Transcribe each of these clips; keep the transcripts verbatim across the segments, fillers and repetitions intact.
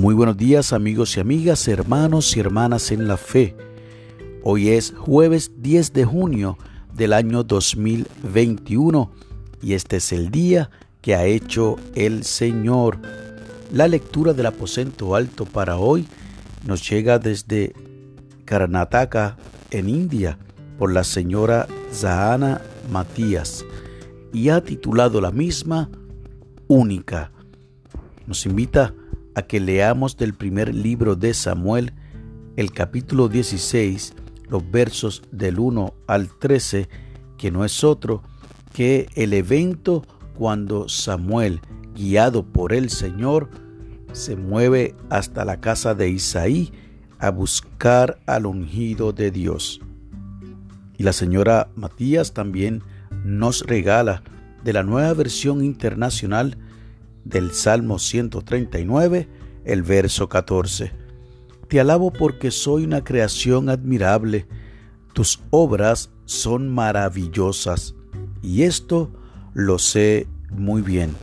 Muy buenos días, amigos y amigas, hermanos y hermanas en la fe. Hoy es jueves diez de junio del año dos mil veintiuno y este es el día que ha hecho el Señor. La lectura del aposento alto para hoy nos llega desde Karnataka, en India, por la señora Zahana Matías y ha titulado la misma Única. Nos invita a que leamos del primer libro de Samuel, el capítulo dieciséis, los versos del uno al trece, que no es otro que el evento cuando Samuel, guiado por el Señor, se mueve hasta la casa de Isaí a buscar al ungido de Dios. Y la señora Matías también nos regala de la nueva versión internacional del Salmo ciento treinta y nueve, el verso catorce. Te alabo porque soy una creación admirable, tus obras son maravillosas, y esto lo sé muy bien.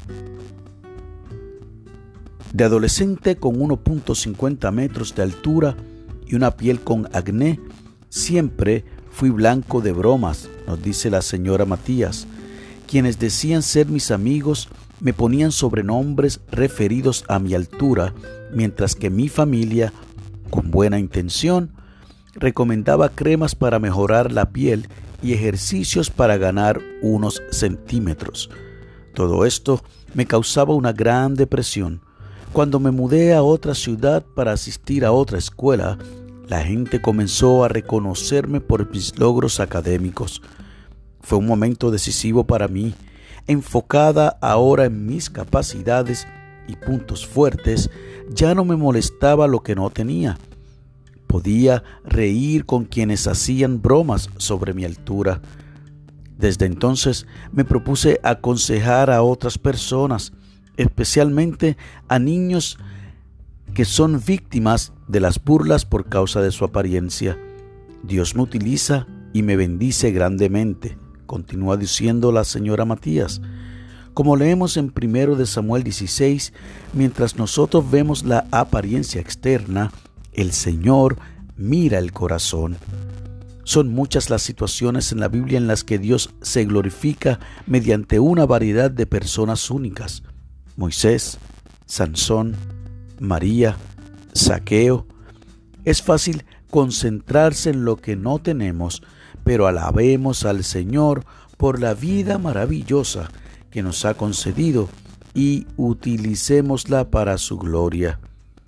De adolescente con uno punto cincuenta metros de altura y una piel con acné, siempre fui blanco de bromas, nos dice la señora Matías. Quienes decían ser mis amigos me ponían sobrenombres referidos a mi altura, mientras que mi familia, con buena intención, recomendaba cremas para mejorar la piel y ejercicios para ganar unos centímetros. Todo esto me causaba una gran depresión. Cuando me mudé a otra ciudad para asistir a otra escuela, la gente comenzó a reconocerme por mis logros académicos. Fue un momento decisivo para mí. Enfocada ahora en mis capacidades y puntos fuertes, ya no me molestaba lo que no tenía. Podía reír con quienes hacían bromas sobre mi altura. Desde entonces me propuse aconsejar a otras personas, especialmente a niños que son víctimas de las burlas por causa de su apariencia. Dios me utiliza y me bendice grandemente, continúa diciendo la señora Matías. Como leemos en primero de Samuel dieciséis, mientras nosotros vemos la apariencia externa, el Señor mira el corazón. Son muchas las situaciones en la Biblia en las que Dios se glorifica mediante una variedad de personas únicas. Moisés, Sansón, María, Zaqueo. Es fácil concentrarse en lo que no tenemos, pero alabemos al Señor por la vida maravillosa que nos ha concedido y utilicémosla para su gloria.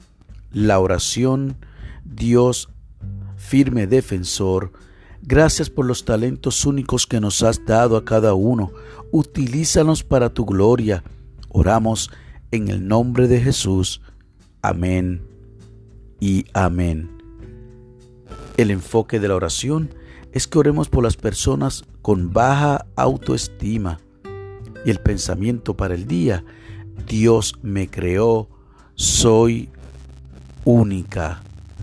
La oración, Dios, firme defensor, gracias por los talentos únicos que nos has dado a cada uno. Utilízanos para tu gloria. Oramos en el nombre de Jesús. Amén y amén. El enfoque de la oración es que oremos por las personas con baja autoestima. Y el pensamiento para el día: Dios me creó, soy única.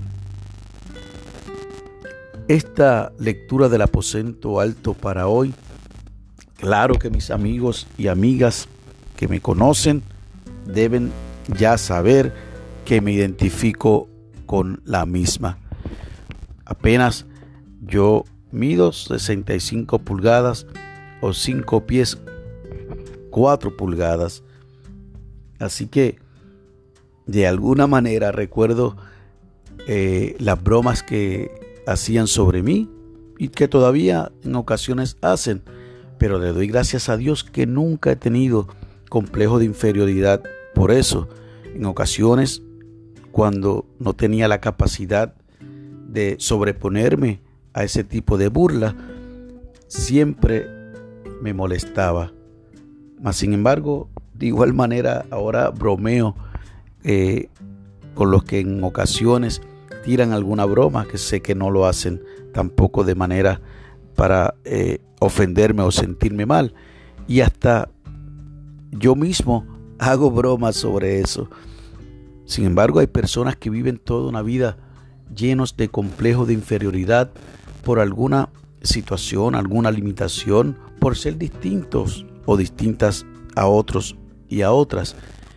Esta lectura del aposento alto para hoy, claro que mis amigos y amigas que me conocen deben ya saber que me identifico con la misma. Apenas yo mido sesenta y cinco pulgadas o cinco pies cuatro pulgadas. Así que de alguna manera recuerdo eh, las bromas que hacían sobre mí y que todavía en ocasiones hacen, pero le doy gracias a Dios que nunca he tenido complejo de inferioridad por eso. En ocasiones, cuando no tenía la capacidad de sobreponerme a ese tipo de burla, siempre me molestaba. Mas sin embargo, de igual manera ahora bromeo eh, con los que en ocasiones tiran alguna broma, que sé que no lo hacen tampoco de manera para eh, ofenderme o sentirme mal, y hasta yo mismo hago bromas sobre eso. Sin embargo, hay personas que viven toda una vida llenos de complejo de inferioridad por alguna situación, alguna limitación, por ser distintos o distintas a otros y a otras.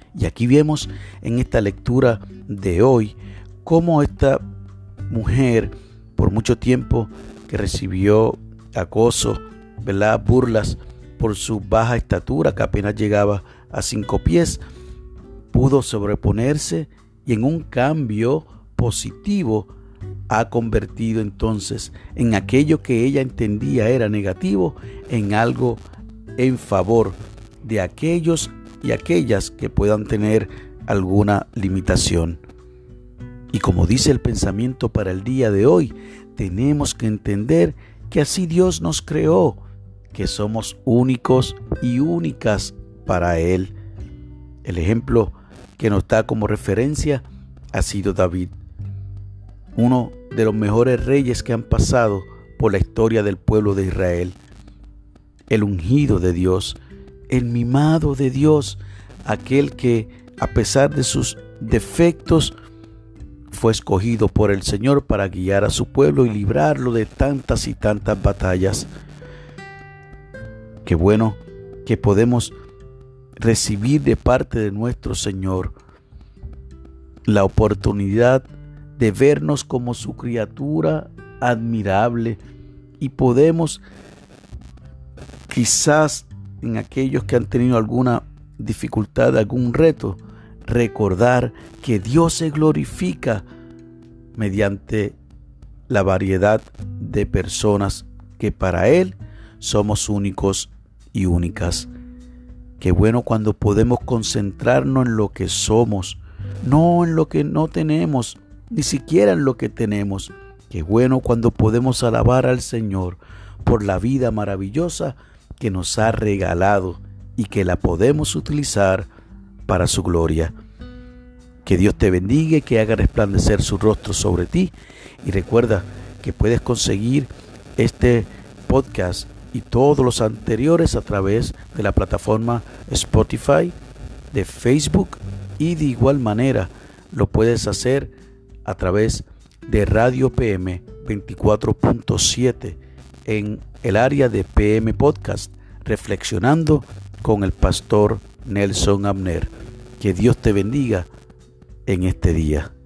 Y aquí vemos en esta lectura de hoy cómo esta mujer, por mucho tiempo que recibió acoso, ¿verdad?, burlas por su baja estatura, que apenas llegaba a cinco pies, pudo sobreponerse y en un cambio positivo ha convertido entonces en aquello que ella entendía era negativo en algo en favor de aquellos y aquellas que puedan tener alguna limitación. Y como dice el pensamiento para el día de hoy, tenemos que entender que así Dios nos creó, que somos únicos y únicas para Él. El ejemplo que nos da como referencia ha sido David, uno de los mejores reyes que han pasado por la historia del pueblo de Israel. El ungido de Dios, el mimado de Dios, aquel que a pesar de sus defectos fue escogido por el Señor para guiar a su pueblo y librarlo de tantas y tantas batallas. Qué bueno que podemos recibir de parte de nuestro Señor la oportunidad de vernos como su criatura admirable, y podemos quizás en aquellos que han tenido alguna dificultad, algún reto, recordar que Dios se glorifica mediante la variedad de personas que para Él somos únicos y únicas. Qué bueno cuando podemos concentrarnos en lo que somos, no en lo que no tenemos, ni siquiera en lo que tenemos. Qué bueno cuando podemos alabar al Señor por la vida maravillosa que nos ha regalado y que la podemos utilizar para su gloria. Que Dios te bendiga y que haga resplandecer su rostro sobre ti. Y recuerda que puedes conseguir este podcast y todos los anteriores a través de la plataforma Spotify, de Facebook, y de igual manera lo puedes hacer a través de Radio P M veinticuatro punto siete en el área de P M Podcast, reflexionando con el pastor Nelson Abner. Que Dios te bendiga en este día.